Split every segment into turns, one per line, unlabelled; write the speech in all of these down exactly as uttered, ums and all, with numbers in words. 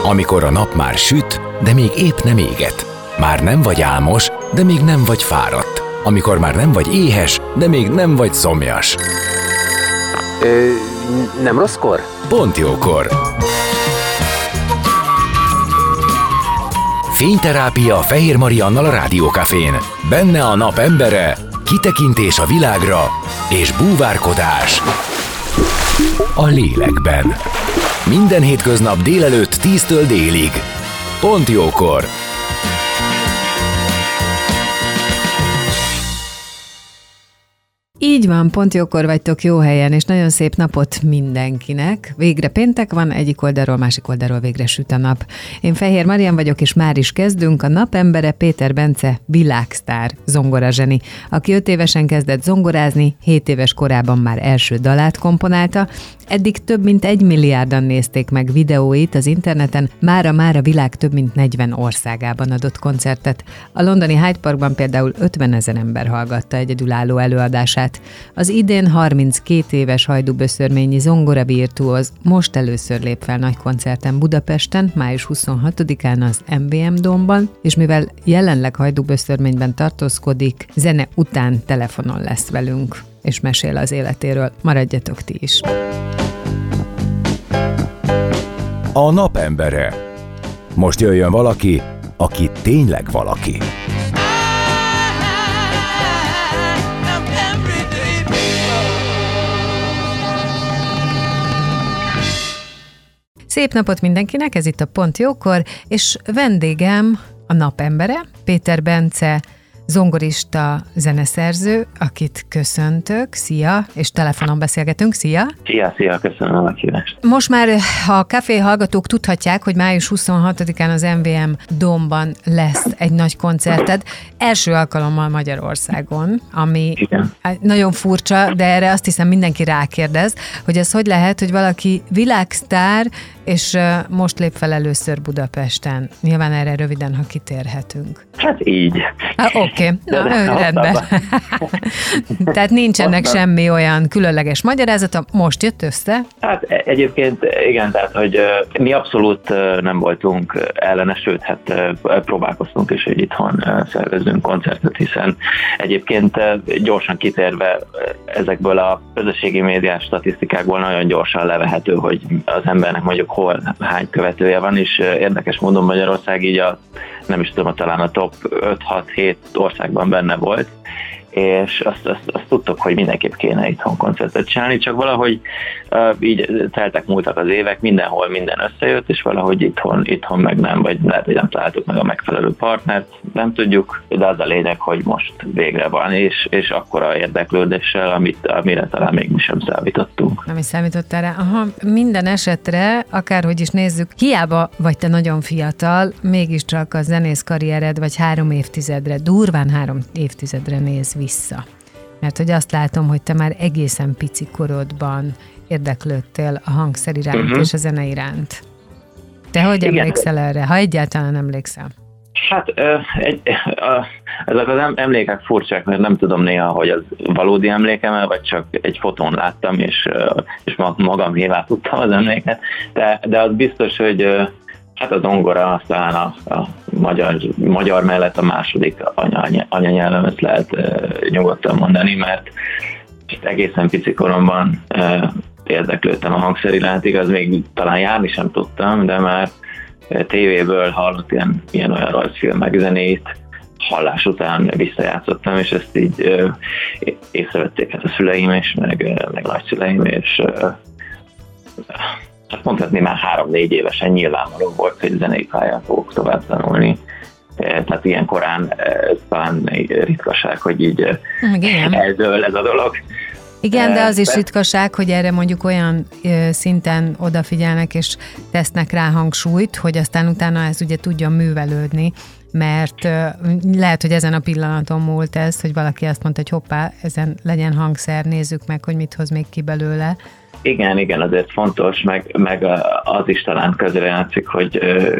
Amikor a nap már süt, de még épp nem éget. Már nem vagy álmos, de még nem vagy fáradt. Amikor már nem vagy éhes, de még nem vagy szomjas.
Ö, nem rosszkor?
Pont jókor. Fényterápia Fehér Mariannal a Rádiókafén. Benne a nap embere, kitekintés a világra és búvárkodás a lélekben. Minden hétköznap délelőtt tíztől délig. Pont jókor.
Így van, pont jókor vagytok, jó helyen, és nagyon szép napot mindenkinek. Végre péntek van, egyik oldalról, másik oldalról végre süt a nap. Én Fehér Marian vagyok, és már is kezdünk. A napembere Péter Bence világsztár zongorazseni, aki öt évesen kezdett zongorázni, hét éves korában már első dalát komponálta. Eddig több mint egy milliárdan nézték meg videóit az interneten, mára már a világ több mint negyven országában adott koncertet. A londoni Hyde Parkban például ötvenezer ember hallgatta egyedülálló előadását. Az idén harminckét éves hajdúböszörményi zongoravirtuóz most először lép fel nagy koncerten Budapesten, május huszonhatodikán az em vé em Dómban, és mivel jelenleg hajdúböszörményben tartózkodik, zene után telefonon lesz velünk, és mesél az életéről. Maradjatok ti is!
A napembere. Most jöjjön valaki, aki tényleg valaki.
Szép napot mindenkinek, ez itt a Pont Jókor, és vendégem a napembere, Péter Bence, zongorista, zeneszerző, akit köszöntök, szia, és telefonon beszélgetünk, szia!
Szia, szia, köszönöm a meghívást!
Most már a kafé hallgatók tudhatják, hogy május huszonhatodikán az em vé em Dómban lesz egy nagy koncerted, első alkalommal Magyarországon, ami
Igen.
nagyon furcsa, de erre azt hiszem mindenki rákérdez, hogy ez hogy lehet, hogy valaki világsztár, és most lép fel először Budapesten. Nyilván erre röviden, ha kitérhetünk.
Hát így.
Oké, okay. Na, rendben. Tehát nincsenek semmi olyan különleges magyarázata, most jött össze?
Hát egyébként igen, tehát, hogy mi abszolút nem voltunk ellene, sőt, hát próbálkoztunk is, hogy itthon szervezzünk koncertet, hiszen egyébként gyorsan kitérve ezekből a közösségi médiás statisztikákból nagyon gyorsan levehető, hogy az embernek mondjuk hol hány követője van, és érdekes módon Magyarország így a, nem is tudom, talán a top öt hat hét országban benne volt, és azt, azt, azt tudtuk, hogy mindenképp kéne itthon koncertet csinálni, csak valahogy uh, így teltek múltak az évek, mindenhol minden összejött, és valahogy itthon, itthon meg nem, vagy lehet, hogy nem találtuk meg a megfelelő partnert, nem tudjuk, de az a lényeg, hogy most végre van, és, és akkora érdeklődéssel, amit, amire talán még mi sem számítottunk.
Nem is számítottál rá. Aha, minden esetre, akárhogy is nézzük, hiába vagy te nagyon fiatal, mégiscsak a zenész karriered, vagy három évtizedre, durván három évtizedre néz vissza. Mert hogy azt látom, hogy te már egészen pici korodban érdeklődtél a hangszer iránt uh-huh. és a zene iránt. Te hogy
Igen.
emlékszel erre, ha egyáltalán emlékszel?
Hát egy, a, ezek az emlékek furcsák, mert nem tudom néha, hogy az valódi emlékem, vagy csak egy fotón láttam, és, és magamévá tudtam az emléket, de, de az biztos, hogy hát a zongora aztán a, a magyar, magyar mellett a második anya, anyanyelvem, ezt lehet uh, nyugodtan mondani, mert egészen pici koromban uh, érdeklődtem a hangszer iránt, igaz, még talán járni sem tudtam, de már tévéből hallott ilyen, ilyen olyan rajzfilmek zenét, hallás után visszajátszottam, és ezt így uh, észrevették hát a szüleim és meg, uh, meg nagyszüleim, és uh, hát mondhatni már három-négy évesen nyilvánvaló volt, hogy zenei pályán fogok tovább tanulni. Tehát ilyen korán ez talán ritkaság, hogy így igen. eldől ez a dolog.
Igen, de az is ritkaság, hogy erre mondjuk olyan szinten odafigyelnek és tesznek rá hangsúlyt, hogy aztán utána ez ugye tudjon művelődni, mert lehet, hogy ezen a pillanaton múlt ez, hogy valaki azt mondta, hogy hoppá, ezen legyen hangszer, nézzük meg, hogy mit hoz még ki belőle.
Igen, igen, azért fontos, meg, meg az is talán közrejátszik, hogy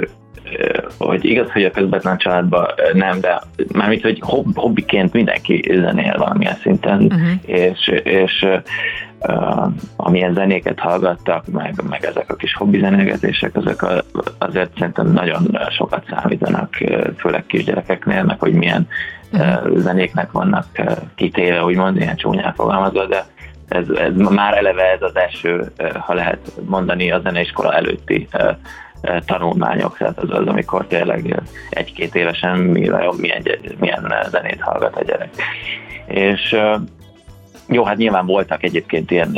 hogy igaz, hogy a közvetlen családban nem, de mármint, hogy hobbiként mindenki zenél valamilyen szinten, uh-huh. és, és amilyen zenéket hallgattak, meg, meg ezek a kis hobbi zenégetések, ezek a, azért szerintem nagyon sokat számítanak, főleg kisgyerekeknél, meg hogy milyen uh-huh. zenéknek vannak kitéve, úgymond, ilyen csúnyán fogalmazva, de ez, ez már eleve ez az első, ha lehet mondani, a zeneiskola előtti tanulmányok, tehát az az, amikor tényleg egy-két évesen milyen, milyen zenét hallgat a gyerek. És jó, hát nyilván voltak egyébként ilyen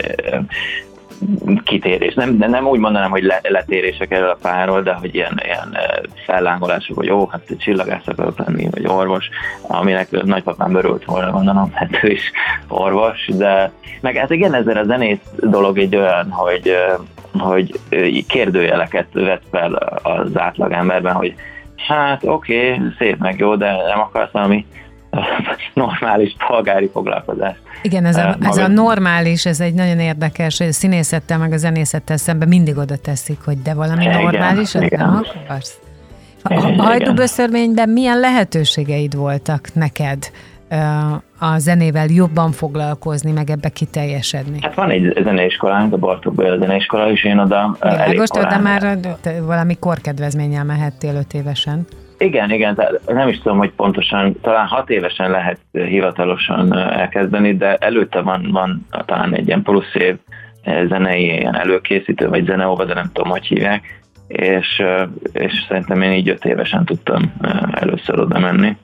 kitérés. Nem, nem úgy mondanám, hogy le, letérések erről a pályáról, de hogy ilyen, ilyen fellángolások, hogy jó, hát csillagász akarok lenni, vagy orvos, aminek nagypapám örült volna, mondanom, hát ő is orvos, de meg hát igen, ezzel a zenész dolog egy olyan, hogy, hogy kérdőjeleket vett fel az átlagemberben, hogy hát oké, okay, szép meg jó, de nem akarsz valami normális polgári foglalkozás.
Igen, ez a, ez a normális, ez egy nagyon érdekes, hogy a színészettel meg a zenészettel szemben mindig oda teszik, hogy de valami igen, normális, igen. Nem akarsz. A Hajdúböszörményben milyen lehetőségeid voltak neked a zenével jobban foglalkozni, meg ebbe kiteljesedni? Hát
van egy zeneiskolánk, a Bartók Béla zeneiskola, és én oda elég korán.
De már valami korkedvezménnyel mehettél öt évesen.
Igen, igen, tehát nem is tudom, hogy pontosan, talán hat évesen lehet hivatalosan elkezdeni, de előtte van, van talán egy ilyen plusz év zenei ilyen előkészítő, vagy zeneóva, de nem tudom, hogy hívják, és, és szerintem én így öt évesen tudtam először oda menni.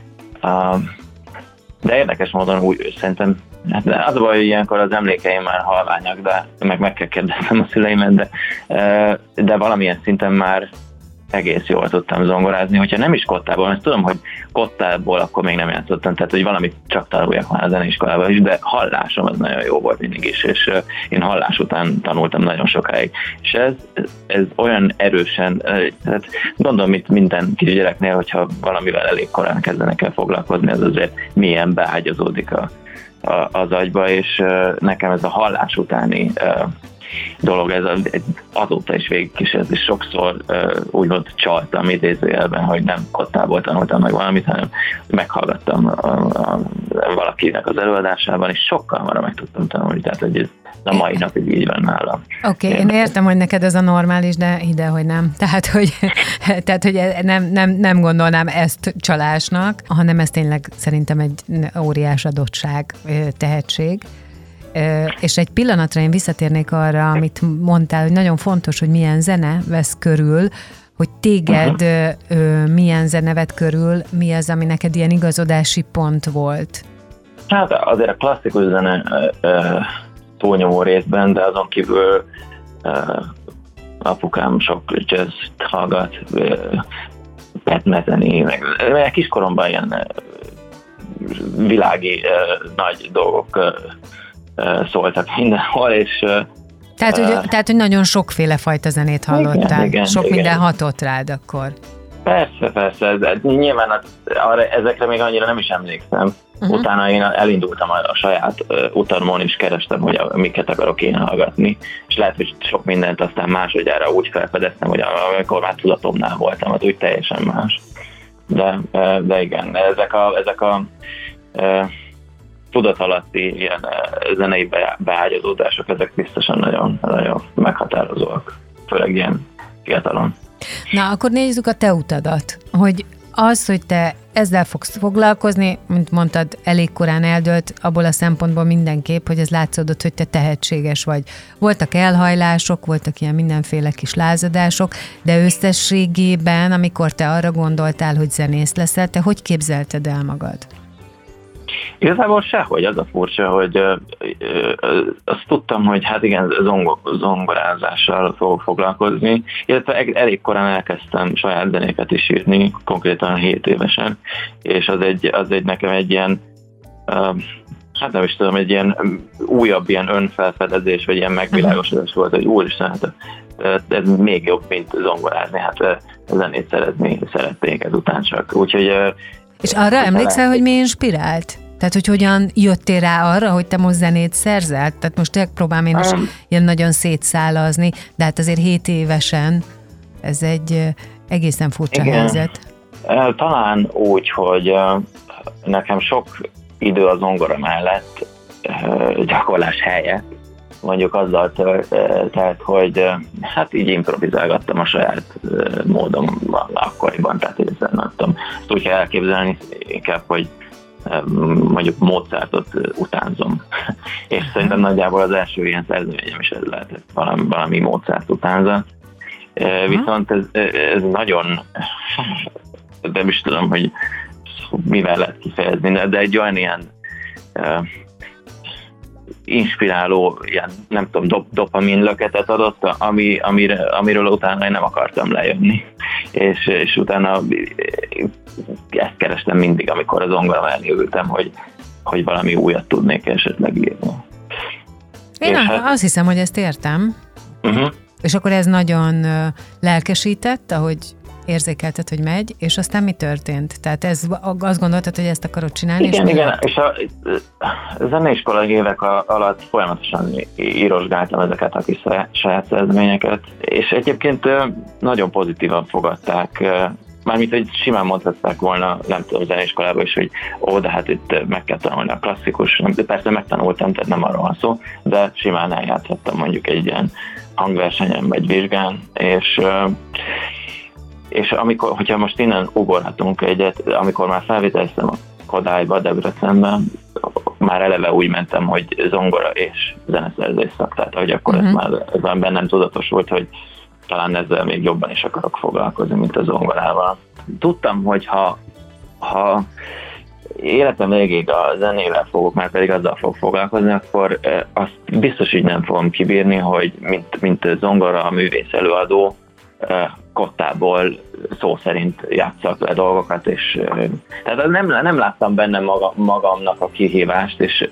De érdekes módon úgy szerintem, hát az a baj, hogy ilyenkor az emlékeim már halványak, de meg meg kell kérdeznem a szüleimet, de, de valamilyen szinten már egész jól tudtam zongorázni, hogyha nem is kottából, mert tudom, hogy kottából akkor még nem játszottam, tehát hogy valamit csak tanuljak már a zeneiskolában is, de hallásom az nagyon jó volt mindig is, és én hallás után tanultam nagyon sokáig. És ez, ez olyan erősen, tehát gondolom, mint minden kisgyereknél, hogyha valamivel elég korán kezdenek el foglalkozni, ez azért milyen beágyazódik a, a, az agyba, és nekem ez a hallás utáni dolog, ez azóta is végigkísért, és sokszor uh, úgymond csaltam idézőjelben, hogy nem kottából tanultam meg valamit, hanem meghallgattam a, a, a, valakinek az előadásában, és sokkal marra meg tudtam tanulni, tehát hogy ez a mai napig így van nálam.
Oké, okay, én értem, hogy neked ez a normális, de ide, hogy nem. Tehát, hogy, tehát, hogy nem, nem, nem gondolnám ezt csalásnak, hanem ez tényleg szerintem egy óriás adottság, tehetség. És egy pillanatra én visszatérnék arra, amit mondtál, hogy nagyon fontos, hogy milyen zene vesz körül, hogy téged uh-huh. milyen zene vett körül, mi az, ami neked ilyen igazodási pont volt?
Hát azért a klasszikus zene uh, túlnyomó részben, de azon kívül uh, apukám sok jazz hallgat, uh, Pat Metheny, meg, meg kiskoromban ilyen uh, világi uh, nagy dolgok uh, szóltak mindenhol, és...
Tehát, hogy, uh, tehát, hogy nagyon sokféle fajta zenét hallottál, igen, sok igen. minden hatott rád akkor.
Persze, persze, de nyilván az, arra, ezekre még annyira nem is emlékszem. Uh-huh. Utána én elindultam a, a saját uh, utamon, és kerestem, hogy a, miket akarok én hallgatni, és lehet, hogy sok mindent aztán másodjára úgy felfedeztem, hogy amikor már tudatomnál voltam, az úgy teljesen más. De, uh, de igen, ezek a, ezek a uh, tudatalatti ilyen zenei beágyazódások, ezek biztosan nagyon, nagyon meghatározóak, főleg ilyen fiatalon.
Na, akkor nézzük a te utadat, hogy az, hogy te ezzel fogsz foglalkozni, mint mondtad, elég korán eldőlt, abból a szempontból mindenképp, hogy ez látszódott, hogy te tehetséges vagy. Voltak elhajlások, voltak ilyen mindenféle kis lázadások, de összességében, amikor te arra gondoltál, hogy zenész leszel, te hogy képzelted el magad?
Igazából sehogy, az a furcsa, hogy ö, ö, azt tudtam, hogy hát igen, zongor, zongorázással fogok foglalkozni, illetve elég korán elkezdtem saját zenéket is írni, konkrétan hét évesen, és az egy, az egy nekem egy ilyen, ö, hát nem is tudom, egy ilyen újabb ilyen önfelfedezés, vagy ilyen megvilágosodás volt, hogy úristen, hát ez még jobb, mint zongorázni, hát zenét szeretni szerették ezután csak, úgyhogy...
És arra emlékszel, hogy mi inspirált? Tehát, hogy hogyan jöttél rá arra, hogy te most zenét szerzel? Tehát most próbálom én is um, ilyen nagyon szétszálazni, de hát azért hét évesen ez egy egészen furcsa igen. helyzet.
Talán úgy, hogy nekem sok idő a zongora mellett gyakorlás helyett mondjuk azzal telt, hogy hát így improvizálgattam a saját módom akkoriban, tehát hogy ezt nem tudom. Ezt úgy kell elképzelni inkább, hogy mondjuk Mozartot utánzom. És szerintem nagyjából az első ilyen szerzeményem is ez lehetett, valami, valami Mozart utánzat. Viszont ez, ez nagyon, nem is tudom, hogy mivel lehet kifejezni, de egy olyan ilyen inspiráló, ilyen, nem tudom, dop, dopamin löketet adott, ami, amire, amiről utána én nem akartam lejönni. És, és utána ezt kerestem mindig, amikor az zongora mellé ültem, hogy, hogy valami újat tudnék esetleg írni.
Én a, hát, azt hiszem, hogy ezt értem. Uh-huh. És akkor ez nagyon lelkesített, ahohogy érzékelted, hogy megy, és aztán mi történt? Tehát ez, azt gondoltad, hogy ezt akarod csinálni?
Igen,
és
igen, és a, a zeneiskolai évek alatt folyamatosan írosgáltam ezeket a kis saját szerzeményeket, és egyébként nagyon pozitívan fogadták. Mármint, hogy simán mondhatták volna, nem tudom, zeneiskolában is, hogy ó, de hát itt meg kell tanulni a klasszikus, persze megtanultam, tehát nem arról van szó, de simán eljátszottam mondjuk egy ilyen hangversenyen vagy vizsgán, és és amikor, hogyha most innen ugorhatunk egyet, amikor már felvételeztem a Kodályba, Debrecenben, már eleve úgy mentem, hogy zongora és zeneszerzés szak, tehát hogy akkor uh-huh. ez már, ez már bennem tudatos volt, hogy talán ezzel még jobban is akarok foglalkozni, mint a zongorával. Tudtam, hogy ha, ha életem végig a zenével fogok, már pedig azzal fog foglalkozni, akkor azt biztos így nem fogom kibírni, hogy mint, mint zongora, a művész előadó, kottából szó szerint játsszak le dolgokat, és tehát nem, nem láttam benne maga, magamnak a kihívást, és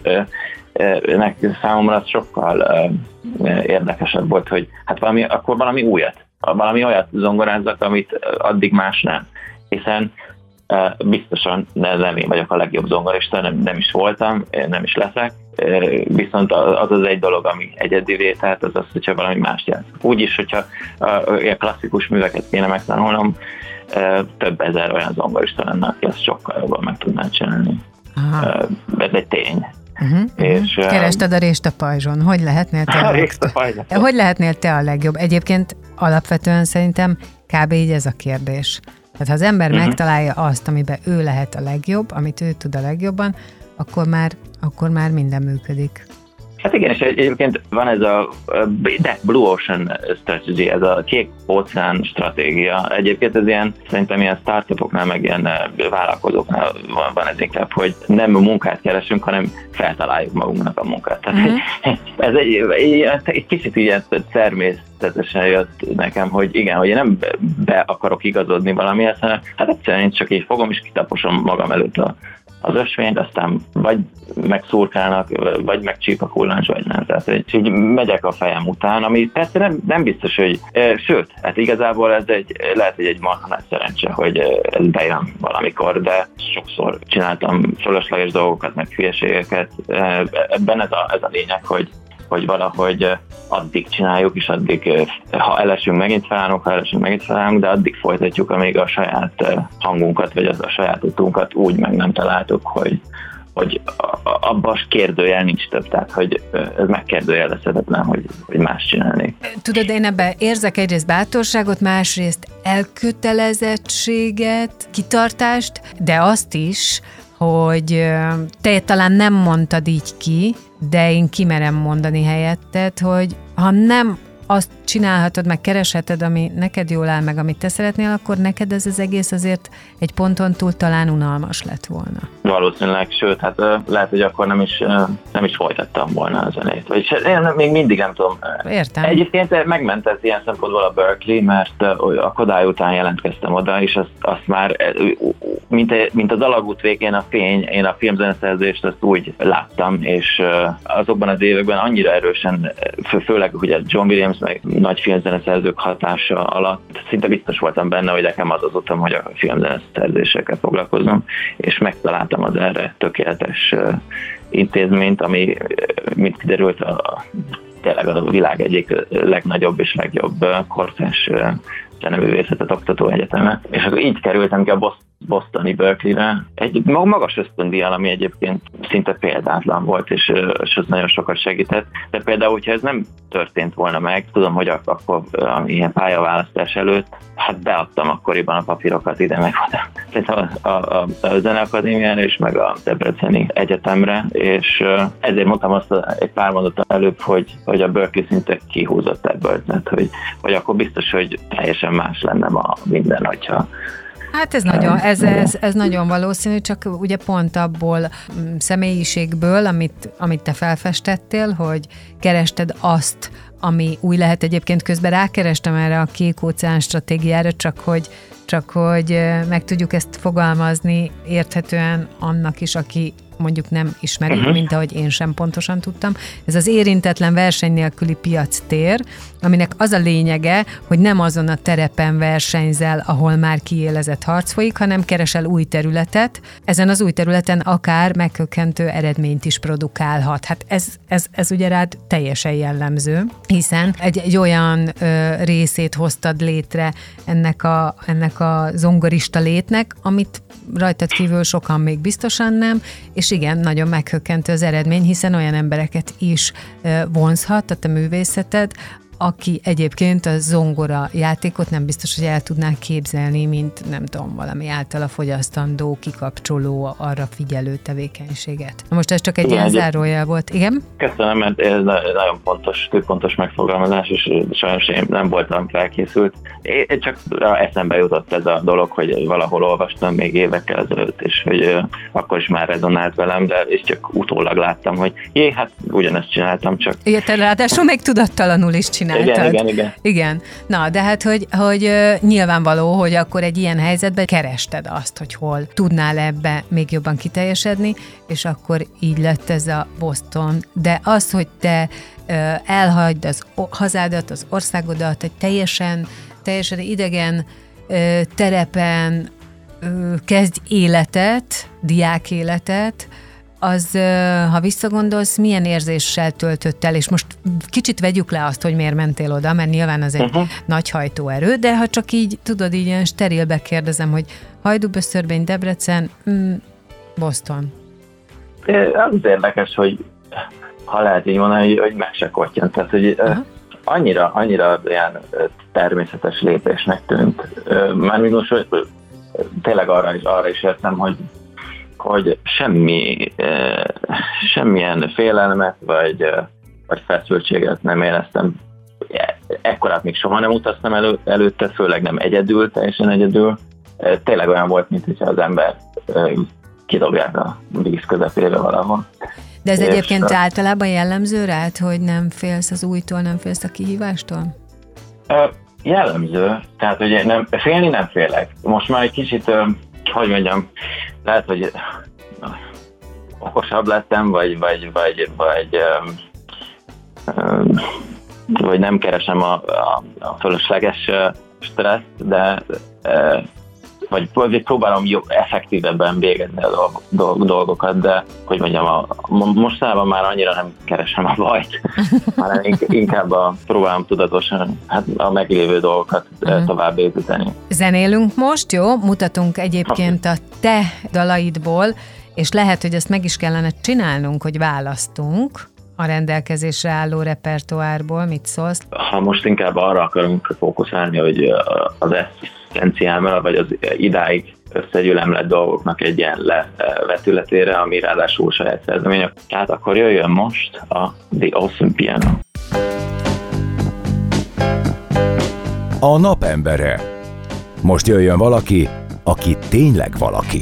nek, számomra az sokkal érdekesebb volt, hogy hát valami, akkor valami újat, valami olyat zongorázzak, amit addig más nem. Hiszen biztosan nem én vagyok a legjobb zongorista, nem, nem is voltam, nem is leszek, viszont az az egy dolog, ami egyedivé, tehát az az, hogyha valami mást játsz. Úgyis, hogyha a klasszikus műveket kéne megtanulnom, több ezer olyan zongorista lenne, aki ezt sokkal jobban meg tudná csinálni. Aha. Ez egy tény.
Uh-huh, és, kerested a rést a pajzson. Hogy lehetnél te a, a, legjobb? Hogy lehetnél te a legjobb? Egyébként alapvetően szerintem kb. Így ez a kérdés. Tehát ha az ember uh-huh. megtalálja azt, amiben ő lehet a legjobb, amit ő tud a legjobban, akkor már, akkor már minden működik.
Hát igen, és egyébként van ez a de Blue Ocean Strategy, ez a kék óceán stratégia. Egyébként ez ilyen, szerintem ilyen startupoknál, meg ilyen vállalkozóknál van, van ez inkább, hogy nem munkát keresünk, hanem feltaláljuk magunknak a munkát. Tehát uh-huh. ez egy, egy, egy kicsit ilyen természetesen jött nekem, hogy igen, hogy én nem be akarok igazodni valamihez, hanem hát egyszerűen én csak így fogom, és kitaposom magam előtt a az ösvényt, aztán vagy megszurkálnak, vagy megcsíp a kullancs, vagy nem. Tehát így megyek a fejem után, ami persze nem, nem biztos, hogy... E, sőt, hát igazából ez egy, lehet, hogy egy marha nagy szerencse, hogy ez bejön valamikor, de sokszor csináltam fölösleges dolgokat, meg hülyeségeket. Ebben ez a, ez a lényeg, hogy hogy valahogy addig csináljuk, és addig, ha elesünk, megint felállunk, ha elesünk, megint felállunk, de addig folytatjuk, amíg a saját hangunkat, vagy az a saját utunkat úgy meg nem találtuk, hogy, hogy abban kérdőjel nincs több, tehát hogy ez megkérdőjelezhetetlen, hogy, hogy más csinálnék.
Tudod, én ebben érzek egyrészt bátorságot, másrészt elkötelezettséget, kitartást, de azt is, hogy te talán nem mondtad így ki, de én kimerem mondani helyetted, hogy ha nem azt csinálhatod, meg keresheted, ami neked jól áll, meg amit te szeretnél, akkor neked ez az egész azért egy ponton túl talán unalmas lett volna.
Valószínűleg, sőt, hát lehet, hogy akkor nem is, nem is folytattam volna a zenét. Vagyis én még mindig nem tudom.
Értem.
Egyébként megment ez ilyen szempontból a Berkeley, mert a Kodály után jelentkeztem oda, és azt, azt már, mint, mint az alagút végén a fény, én a filmzeneszerzést azt úgy láttam, és azokban az években annyira erősen, fő, főleg ugye John Williams, meg nagy filmzeneszerzők hatása alatt szinte biztos voltam benne, hogy nekem az az utam, hogy a filmzeneszerzésekkel foglalkozom, és megtaláltam az erre tökéletes intézményt, ami, mint kiderült, a, tényleg a világ egyik legnagyobb és legjobb kortárs zeneművészetet oktató egyeteme. És akkor így kerültem ki a bostoni Berkeley-re egy magas ösztöndíjjal, ami egyébként szinte példátlan volt, és, és az nagyon sokat segített. De például, hogyha ez nem történt volna meg, tudom, hogy akkor ilyen pályaválasztás előtt, hát beadtam akkoriban a papírokat ide meg oda. A, a, a Zeneakadémiára és meg a Debreceni Egyetemre, és ezért mondtam azt egy pár mondatot előbb, hogy, hogy a Berkeley szinte kihúzott ebből, tehát, hogy, hogy akkor biztos, hogy teljesen más lenne ma minden, hogyha
Hát ez nagyon, ez, ez, ez nagyon valószínű, csak ugye pont abból személyiségből, amit, amit te felfestettél, hogy kerested azt, ami új lehet. Egyébként közben rákerestem erre a kék óceán stratégiára, csak hogy, csak hogy meg tudjuk ezt fogalmazni érthetően annak is, aki mondjuk nem ismeri, uh-huh. mint ahogy én sem pontosan tudtam. Ez az érintetlen verseny nélküli piactér, aminek az a lényege, hogy nem azon a terepen versenyzel, ahol már kiélezett harc folyik, hanem keresel új területet. Ezen az új területen akár meghökkentő eredményt is produkálhat. Hát ez, ez, ez ugye rád teljesen jellemző, hiszen egy, egy olyan ö, részét hoztad létre ennek a, ennek a zongorista létnek, amit rajtad kívül sokan még biztosan nem, és igen, nagyon meghökkentő az eredmény, hiszen olyan embereket is vonzhat a te művészeted, aki egyébként a zongora játékot nem biztos, hogy el tudnánk képzelni, mint nem tudom, valami általa fogyasztandó, kikapcsoló, arra figyelő tevékenységet. Most ez csak egy igen, ilyen zárójel volt. Igen?
Köszönöm, mert ez nagyon pontos, tök pontos megfogalmazás, és sajnos én nem voltam felkészült. Én csak eszembe jutott ez a dolog, hogy valahol olvastam még évekkel ezelőtt, és hogy akkor is már rezonált velem, de és csak utólag láttam, hogy jé, hát ugyanezt csináltam, csak... Igen,
te ráadásul még tudattalanul is csináltad.
Igen, igen, igen.
Igen. Na, de hát, hogy, hogy uh, nyilvánvaló, hogy akkor egy ilyen helyzetben kerested azt, hogy hol tudnál ebbe még jobban kiteljesedni, és akkor így lett ez a Boston. De az, hogy te uh, elhagyd az hazádat, az országodat, egy teljesen, teljesen idegen uh, terepen uh, kezdj életet, diák életet, az, ha visszagondolsz, milyen érzéssel töltött el, és most kicsit vegyük le azt, hogy miért mentél oda, mert nyilván az egy uh-huh. nagy hajtóerő, de ha csak így, tudod, így ilyen sterilbe kérdezem, hogy Hajdúböszörben, Debrecen, mm, Boston.
Az érdekes, hogy ha lehet így mondani, hogy, hogy meg se kottyan, tehát, hogy uh-huh. annyira, annyira ilyen természetes lépésnek tűnt. Mármint most, hogy tényleg arra is, arra is értem, hogy hogy semmi, eh, semmilyen félelmet vagy, eh, vagy feszültséget nem éreztem. Ekkorát még soha nem utaztam elő, előtte, főleg nem egyedül, teljesen egyedül. Eh, tényleg olyan volt, mint hogyha az ember eh, kidobják a víz közepére valahol.
De ez és egyébként a... általában jellemző rád, hogy nem félsz az újtól, nem félsz a kihívástól?
Eh, jellemző. Tehát, hogy nem, félni nem félek. Most már egy kicsit... Eh, hogy mondjam, lehet, hogy okosabb lettem, vagy, vagy, vagy, vagy, vagy nem keresem a, a, a fölösleges stresszt, de vagy, vagy próbálom jobb, effektívebben végezni a dolgokat, de hogy mondjam, a, mostanában már annyira nem keresem a bajt, hanem inkább a, próbálom tudatosan hát a meglévő dolgokat uh-huh. tovább építeni.
Zenélünk most, jó? Mutatunk egyébként a te dalaidból, és lehet, hogy ezt meg is kellene csinálnunk, hogy választunk a rendelkezésre álló repertoárból. Mit szólsz?
Ha most inkább arra akarunk fókuszálni, hogy az eszenciámmal, vagy az idáig összegyűlemlett dolgoknak egy ilyen levetületére, ami ráadásul saját szerzemények. Tehát akkor jöjjön most a The Awesome Piano.
A napembere. Most jöjjön valaki, aki tényleg valaki.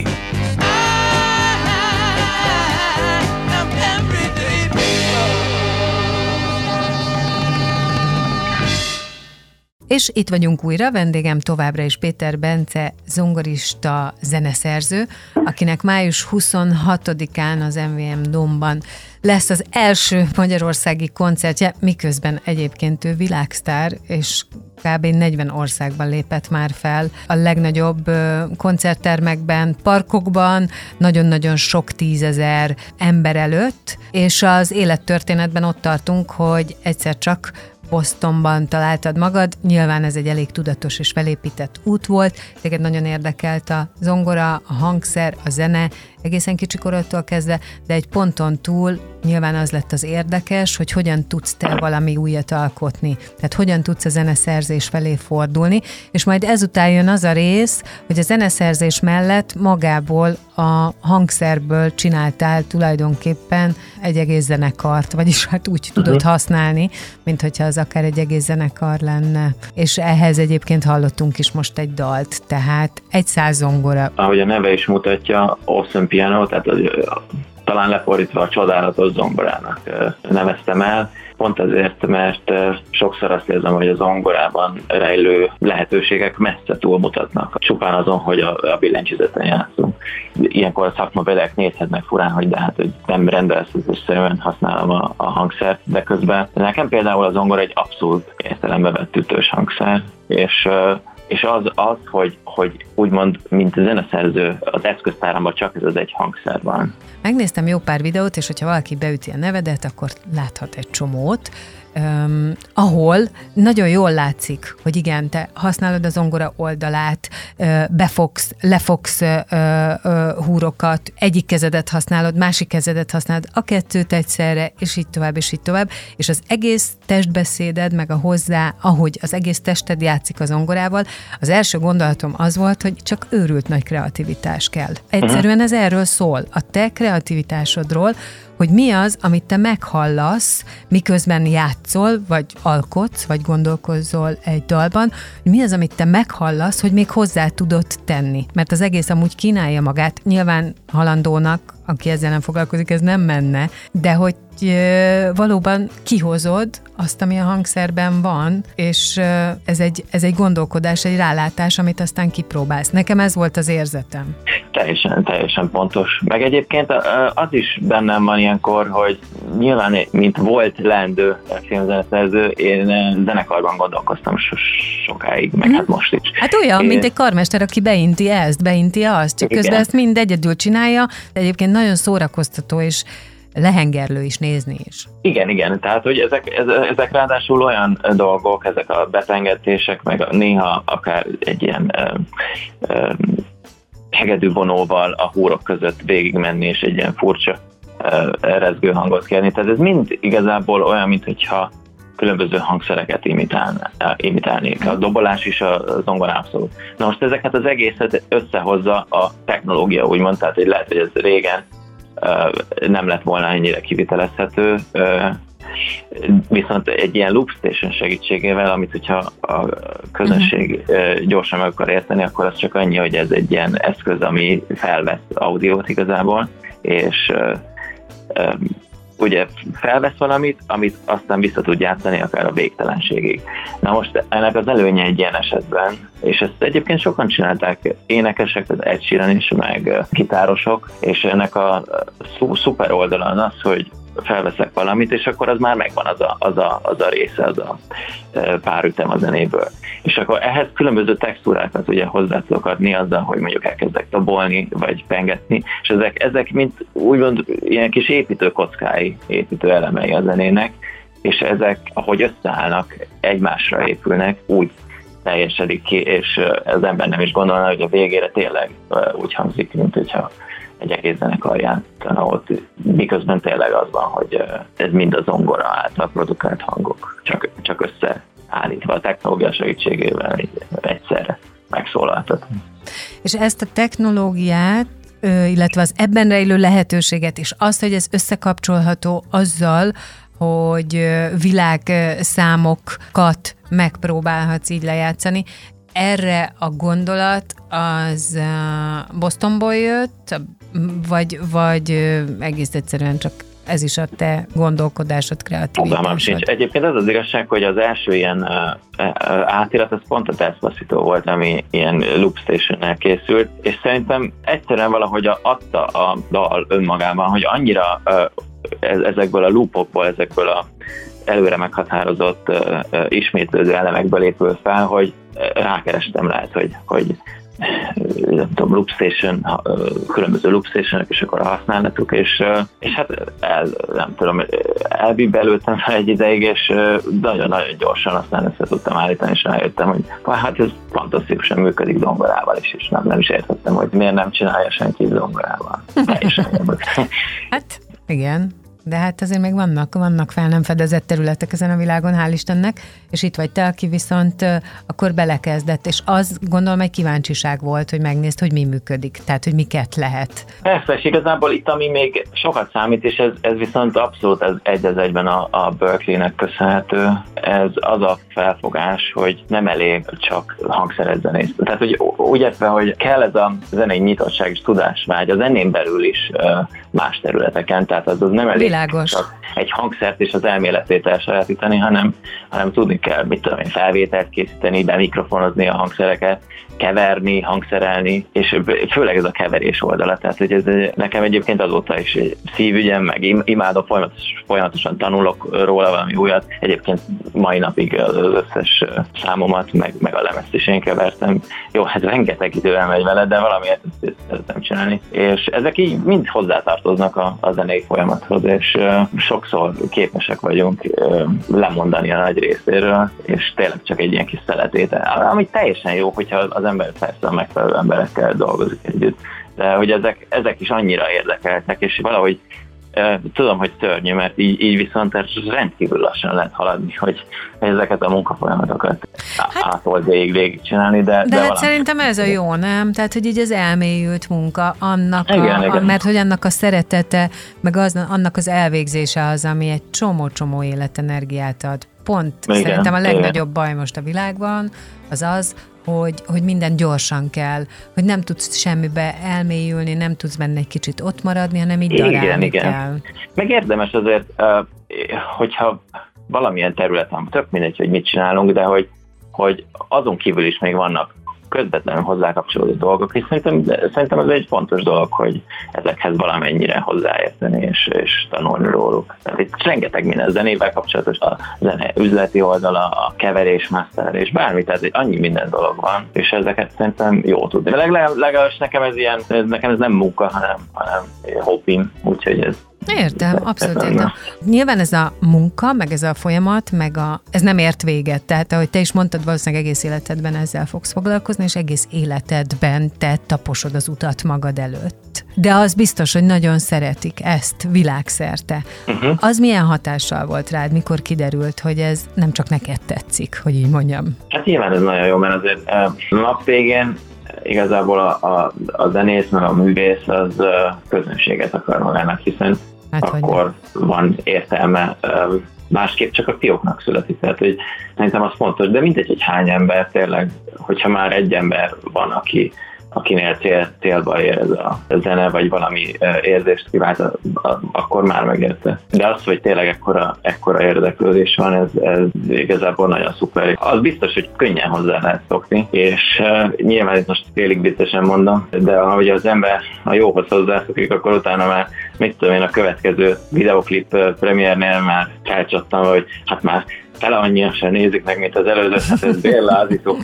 És itt vagyunk újra, vendégem továbbra is Péter Bence, zongorista, zeneszerző, akinek május huszonhatodikán az em vé em Domban lesz az első magyarországi koncertje, miközben egyébként ő világsztár, és kb. negyven országban lépett már fel, a legnagyobb koncerttermekben, parkokban, nagyon-nagyon sok tízezer ember előtt, és az élettörténetben ott tartunk, hogy egyszer csak Bostonban találtad magad, nyilván ez egy elég tudatos és felépített út volt, téged nagyon érdekelt a zongora, a hangszer, a zene, egészen kicsikorodtól kezdve, de egy ponton túl nyilván az lett az érdekes, hogy hogyan tudsz te valami újat alkotni, tehát hogyan tudsz a zeneszerzés felé fordulni, és majd ezután jön az a rész, hogy a zeneszerzés mellett magából a hangszerből csináltál tulajdonképpen egy egész zenekart, vagyis hát úgy tudod uh-huh. használni, mint hogyha az akár egy egész zenekar lenne. És ehhez egyébként hallottunk is most egy dalt, tehát egy száz zongora.
Ahogy a neve is mutatja, Awesome Piano, tehát az, talán lefordítva a csodálatos zongorának neveztem el, pont azért, mert sokszor azt érzem, hogy a zongorában rejlő lehetőségek messze túlmutatnak. Csupán azon, hogy a, a billentyűzeten játszunk. Ilyenkor a szakmabeliek nézhetnek furán, hogy de hát hogy nem rendelkezésszerűen használom a, a hangszert, de közben nekem például a zongora egy abszolút értelembe vett ütős hangszer, és és az, az hogy, hogy úgymond, mint zeneszerző, az eszköztáramban csak ez az egy hangszer van.
Megnéztem jó pár videót, és hogyha valaki beüti a nevedet, akkor láthat egy csomót, Um, ahol nagyon jól látszik, hogy igen, te használod a zongora oldalát, uh, befogsz, lefogsz uh, uh, húrokat, egyik kezedet használod, másik kezedet használod, a kettőt egyszerre, és így tovább, és így tovább, és az egész testbeszéded, meg a hozzá, ahogy az egész tested játszik a zongorával, az első gondolatom az volt, hogy csak őrült nagy kreativitás kell. Egyszerűen ez erről szól, a te kreativitásodról, hogy mi az, amit te meghallasz, miközben játszol, vagy alkotsz, vagy gondolkozol egy dalban, hogy mi az, amit te meghallasz, hogy még hozzá tudod tenni. Mert az egész amúgy kínálja magát, nyilván halandónak, aki ezzel nem foglalkozik, ez nem menne, de hogy valóban kihozod azt, ami a hangszerben van, és ez egy, ez egy gondolkodás, egy rálátás, amit aztán kipróbálsz. Nekem ez volt az érzetem.
Teljesen, teljesen pontos. Meg egyébként az is bennem van ilyenkor, hogy nyilván, mint volt leendő filmzeneszerző, én zenekarban gondolkoztam so- sokáig, meg hmm. hát most is.
Hát olyan, én... mint egy karmester, aki beinti ezt, beinti azt, csak
igen.
közben ezt mind egyedül csinálja, de egyébként nagyon szórakoztató, és lehengerlő is nézni is.
Igen, igen, tehát hogy ezek, ezek ráadásul olyan dolgok, ezek a betengetések, meg néha akár egy ilyen ö, ö, hegedű vonóval a húrok között végigmenni, és egy ilyen furcsa ö, rezgő hangot kérni. Tehát ez mind igazából olyan, mintha különböző hangszereket imitál, imitálnék. A dobolás is, a zongora abszolút. Na most ezeket az egészet összehozza a technológia, úgymond, tehát hogy lehet, hogy ez régen nem lett volna ennyire kivitelezhető, viszont egy ilyen loop station segítségével, amit hogyha a közönség uh-huh. gyorsan meg akar érteni, akkor az csak annyi, hogy ez egy ilyen eszköz, ami felvesz audiót igazából, és ugye felvesz valamit, amit aztán vissza tud játszani akár a végtelenségig. Na most ennek az előnye egy ilyen esetben, és ezt egyébként sokan csinálták, énekesek, az Ed Sheeran is, meg gitárosok, és ennek a szuper oldalon az, hogy felveszek valamit, és akkor az már megvan az a, az a, az a része, az a párütem a zenéből. És akkor ehhez különböző textúrákat ugye hozzá tudok adni azzal, hogy mondjuk elkezdek dobolni, vagy pengetni, és ezek, ezek mint úgymond ilyen kis építőkockái, építő elemei a zenének, és ezek, ahogy összeállnak, egymásra épülnek, úgy teljesedik ki, és az ember nem is gondolna, hogy a végére tényleg úgy hangzik, mint hogyha egy egész zenekar játszana ott, miközben tényleg az van, hogy ez mind a zongora által produkált hangok, csak, csak összeállítva a technológia segítségével egyszerre megszólaltat.
És ezt a technológiát, illetve az ebben rejlő lehetőséget, és azt, hogy ez összekapcsolható azzal, hogy világszámokat megpróbálhatsz így lejátszani, erre a gondolat az Bostonból jött, vagy, vagy egész egyszerűen csak ez is a te gondolkodásod, kreativitásod?
Fogalmam sincs. Egyébként az az igazság, hogy az első ilyen uh, átirat, az pont a Despacito volt, ami ilyen loop station-nel készült, és szerintem egyszerűen valahogy adta a dal önmagában, hogy annyira uh, ezekből a loopokból, ezekből a előre meghatározott uh, ismétlődő elemekből épül fel, hogy rákerestem, lehet, hogy, hogy nem tudom, loop station, különböző loop stationok, és akkor a használatuk, és, és hát el, nem tudom, elbibelődtem fel egy ideig, és nagyon-nagyon gyorsan aztán össze tudtam állítani, és rájöttem, hogy hát ez fantasztikusan működik zongorával is, és nem, nem is értettem, hogy miért nem csinálja senki zongorával.
Hát igen. De hát azért még vannak, vannak fel nem fedezett területek ezen a világon, hál' Istennek, és itt vagy te, aki viszont uh, akkor belekezdett, és az gondolom egy kíváncsiság volt, hogy megnézd, hogy mi működik, tehát hogy miket lehet.
Persze, és igazából itt, ami még sokat számít, és ez, ez viszont abszolút ez egy az egyben a, a Berkeley-nek köszönhető, ez az a felfogás, hogy nem elég csak hangszeret zenészni. Tehát, hogy úgy értve, hogy kell ez a zenei nyitottság és tudásvágy a zenén belül is uh, más területeken, tehát az, az nem elég
Világos.
csak egy hangszert és az elméletét elsajátítani, hanem, hanem tudni kell, mit tudom én, felvételt készíteni, bemikrofonozni a hangszereket, keverni, hangszerelni, és főleg ez a keverés oldala. Tehát, hogy ez nekem egyébként azóta is egy szívügyem, meg imádom, folyamatos, folyamatosan tanulok róla valami újat. Egyébként mai napig az összes számomat, meg, meg a lemezt is én kevertem. Jó, hát rengeteg idő elmegy vele, de valamiért ezt szeretem csinálni. És ezek így mind hozzátartoznak a, a zenei folyamathoz, és uh, sokszor képesek vagyunk uh, lemondani a nagy részéről, és tényleg csak egy ilyen kis szeletétel. Ami teljesen jó, hogyha az ember persze a megfelelő emberekkel dolgozik együtt, de hogy ezek, ezek is annyira érdekeltek, és valahogy uh, tudom, hogy szörnyű, mert így, így viszont rendkívül lassan lehet haladni, hogy ezeket a munkafolyamatokat hát, ától végig, végig csinálni, de,
de,
de
hát
valami.
Szerintem ez a jó, nem? Tehát, hogy így az elmélyült munka, annak
igen,
a,
igen.
A, mert hogy annak a szeretete, meg az, annak az elvégzése az, ami egy csomó-csomó életenergiát ad. Pont igen, szerintem a legnagyobb igen. baj most a világban az az, hogy, hogy minden gyorsan kell, hogy nem tudsz semmibe elmélyülni, nem tudsz benne egy kicsit ott maradni, hanem így
igen,
darálni
igen.
kell.
Meg érdemes azért, hogyha valamilyen területen, tök mindegy, hogy mit csinálunk, de hogy, hogy azon kívül is még vannak közvetlenül hozzá kapcsolódó dolgok, és szerintem, szerintem ez egy fontos dolog, hogy ezekhez valamennyire hozzáérteni és, és tanulni róluk. Tehát itt rengeteg minden zenével kapcsolatos, a zene üzleti oldala, a keverés, master és bármi, tehát annyi minden dolog van, és ezeket szerintem jó tudni. De legalább, legalábbis nekem ez ilyen, ez, nekem ez nem munka, hanem, hanem hobbim, úgyhogy ez
Értem, abszolút értem. Nyilván ez a munka, meg ez a folyamat, meg a, ez nem ért véget. Tehát, ahogy te is mondtad, valószínűleg egész életedben ezzel fogsz foglalkozni, és egész életedben te taposod az utat magad előtt. De az biztos, hogy nagyon szeretik ezt világszerte. Uh-huh. Az milyen hatással volt rád, mikor kiderült, hogy ez nem csak neked tetszik, hogy így mondjam? Hát
nyilván ez nagyon jó, mert azért nap végén igazából a, a, a zenész, meg a művész az uh, közönséget akar magának, hiszen hát, akkor hogy... van értelme, uh, másképp csak a fióknak születik. Tehát, hogy szerintem az fontos, de mindegy, hogy hány ember tényleg, hogyha már egy ember van, aki akinél cél, célba ér ez a zene, vagy valami érzést kivált, akkor már megérte. De az, hogy tényleg ekkora, ekkora érdeklődés van, ez, ez igazából nagyon szuper. Az biztos, hogy könnyen hozzá lehet szokni, és uh, nyilván itt most félig biztosan mondom, de ahogy az ember a jóhoz hozzászokik, akkor utána már, mit tudom én, a következő videoklip premiernél már felcsattam, hogy hát már fele annyian sem nézik meg, mint az előző, hát ez bérlázító.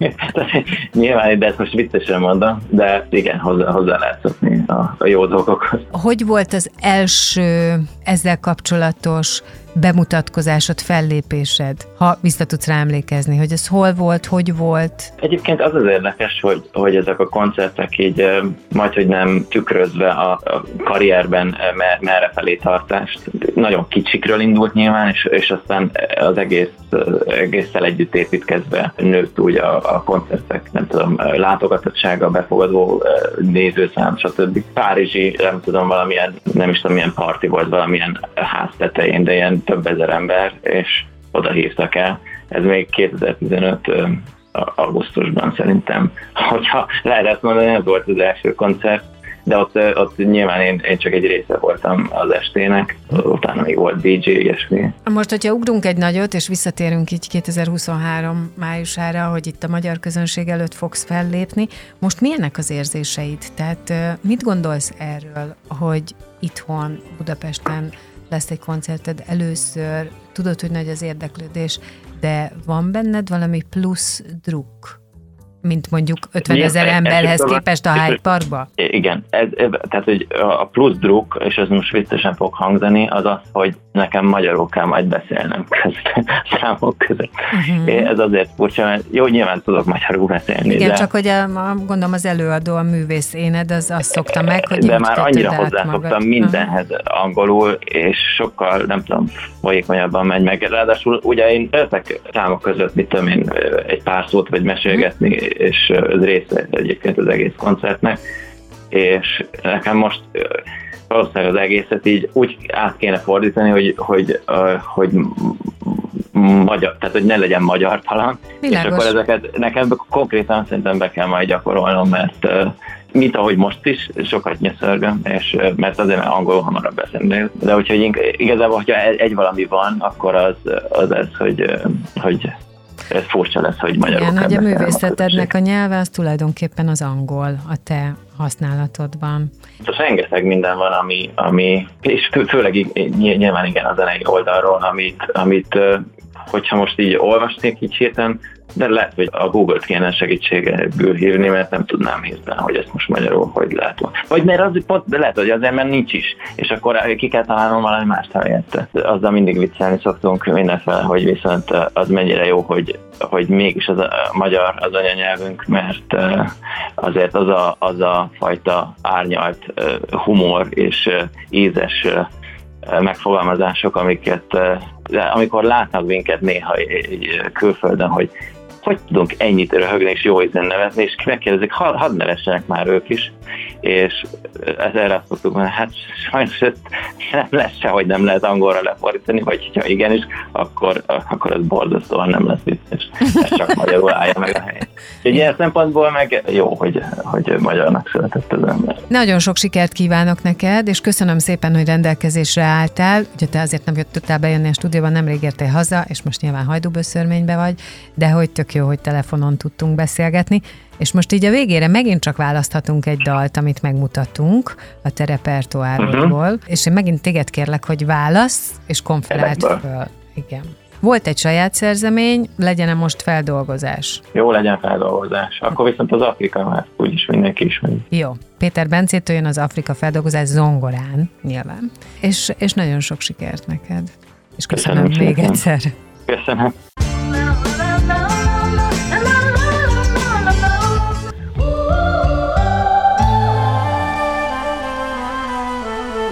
Nyilván, de ezt most viccesen mondom, de igen, hozzá, hozzá lehet szokni a, a jó dolgokhoz.
Hogy volt az első ezzel kapcsolatos bemutatkozásod, fellépésed, ha vissza tudsz rá emlékezni, hogy ez hol volt, hogy volt?
Egyébként az az érdekes, hogy, hogy ezek a koncertek így majd, hogy nem tükrözve a, a karrierben mer, merre felé tartást. Nagyon kicsikről indult nyilván, és, és aztán az egész, egésszel együtt építkezve nőtt úgy a, a koncertek, nem tudom, látogatottsága, befogadó nézőszám, stb. Párizsi, nem tudom, valamilyen, nem is tudom, milyen parti volt, valamilyen ház tetején, de ilyen több ezer ember, és oda hívtak el. Ez még kétezer-tizenöt augusztusban szerintem. Hogyha lehet ezt mondani, ez volt az első koncert, de ott, ott nyilván én, én csak egy része voltam az estének, utána még volt dé dzsé, ilyesmi.
Most, hogyha ugrunk egy nagyot, és visszatérünk így kétezer-huszonhárom májusára, hogy itt a magyar közönség előtt fogsz fellépni, most milyenek az érzéseid? Tehát mit gondolsz erről, hogy itthon, Budapesten lesz egy koncerted először, tudod, hogy nagy az érdeklődés, de van benned valami plusz druk? mint mondjuk ötvenezer emberhez képest a Hyde Parkba?
Igen, ez, ez, tehát hogy a plusz druk, és ez most viccesen fog hangzani, az az, hogy nekem magyarul kell majd beszélnem közben, számok között. Uh-huh. Ez azért furcsa, mert jó, nyilván tudok magyarul beszélni.
Igen,
de,
csak hogy a, a, gondolom az előadó, a művész éned, az azt szokta meg, hogy
de már annyira hozzászoktam mindenhez uh-huh. angolul, és sokkal, nem tudom, folyékonyabban megy meg. Ráadásul ugye én értek számok között, mit tudom én, egy pár szót vagy mesélgetni, uh-huh. és ez része egyébként az egész koncertnek, és nekem most valószínűleg az egészet így úgy át kéne fordítani, hogy, hogy, hogy magyar, tehát hogy ne legyen magyartalan,
Világos.
És akkor ezeket nekem konkrétan szerintem be kell majd gyakorolnom, mert mint ahogy most is, sokat nyöszörgöm, és mert azért angolul hamarabb beszélni. De hogyha igazából, hogyha egy valami van, akkor az, az ez, hogy, hogy ez furcsa lesz, hogy magyarul
Igen,
kell
hogy a
beszélnem.
művészetednek a nyelve az tulajdonképpen az angol a te használatodban.
Rengeteg minden van, ami, ami és fő, főleg nyilván igen a zenei oldalról, amit, amit hogyha most így olvasnék így hirtelen, de lehet, hogy a Google-t kéne segítségül hívni, mert nem tudnám hirtelen, hogy ezt most magyarul hogy lehet. Vagy mert az pont, de lehet, hogy azért, mert nincs is, és akkor ki kell találnom valami más helyette. Azzal mindig viccelni szoktunk mindenféle, hogy viszont az mennyire jó, hogy, hogy mégis az a magyar az anyanyelvünk, mert azért az a, az a fajta árnyalt humor és ízes megfogalmazások, amiket amikor látnak minket néha külföldön, hogy hogy tudunk ennyit röhögni és jó ízen nevetni, és megkérdezik, hadd had nevessenek már ők is, és erre azt szoktuk mondani, hát sajnos ezt nem lesz se, hogy nem lehet angolra lefordítani, vagy ha igenis, akkor, akkor ez borzasztóan nem lesz vicces. Ez csak magyarul állja meg a helyet. Úgyhogy ilyen szempontból meg jó, hogy, hogy magyarnak született az ember.
Nagyon sok sikert kívánok neked, és köszönöm szépen, hogy rendelkezésre álltál. Ugye te azért nem tudtál bejönni a stúdióban, nemrég értél haza, és most nyilván hajdúböszörménybe vagy, de hogy tök jó, hogy telefonon tudtunk beszélgetni. És most így a végére megint csak választhatunk egy dalt, amit megmutatunk a te repertoárodból, uh-huh. és én megint téged kérlek, hogy válasz, és konferáld föl. Igen. Volt egy saját szerzemény, legyen-e most feldolgozás?
Jó, legyen feldolgozás. Akkor viszont az Afrika, mert úgyis mindenki ismeri.
Jó. Péter Bencétől jön az Afrika feldolgozás zongorán, nyilván. És, és nagyon sok sikert neked. És köszönöm, köszönöm még egyszer.
Köszönöm.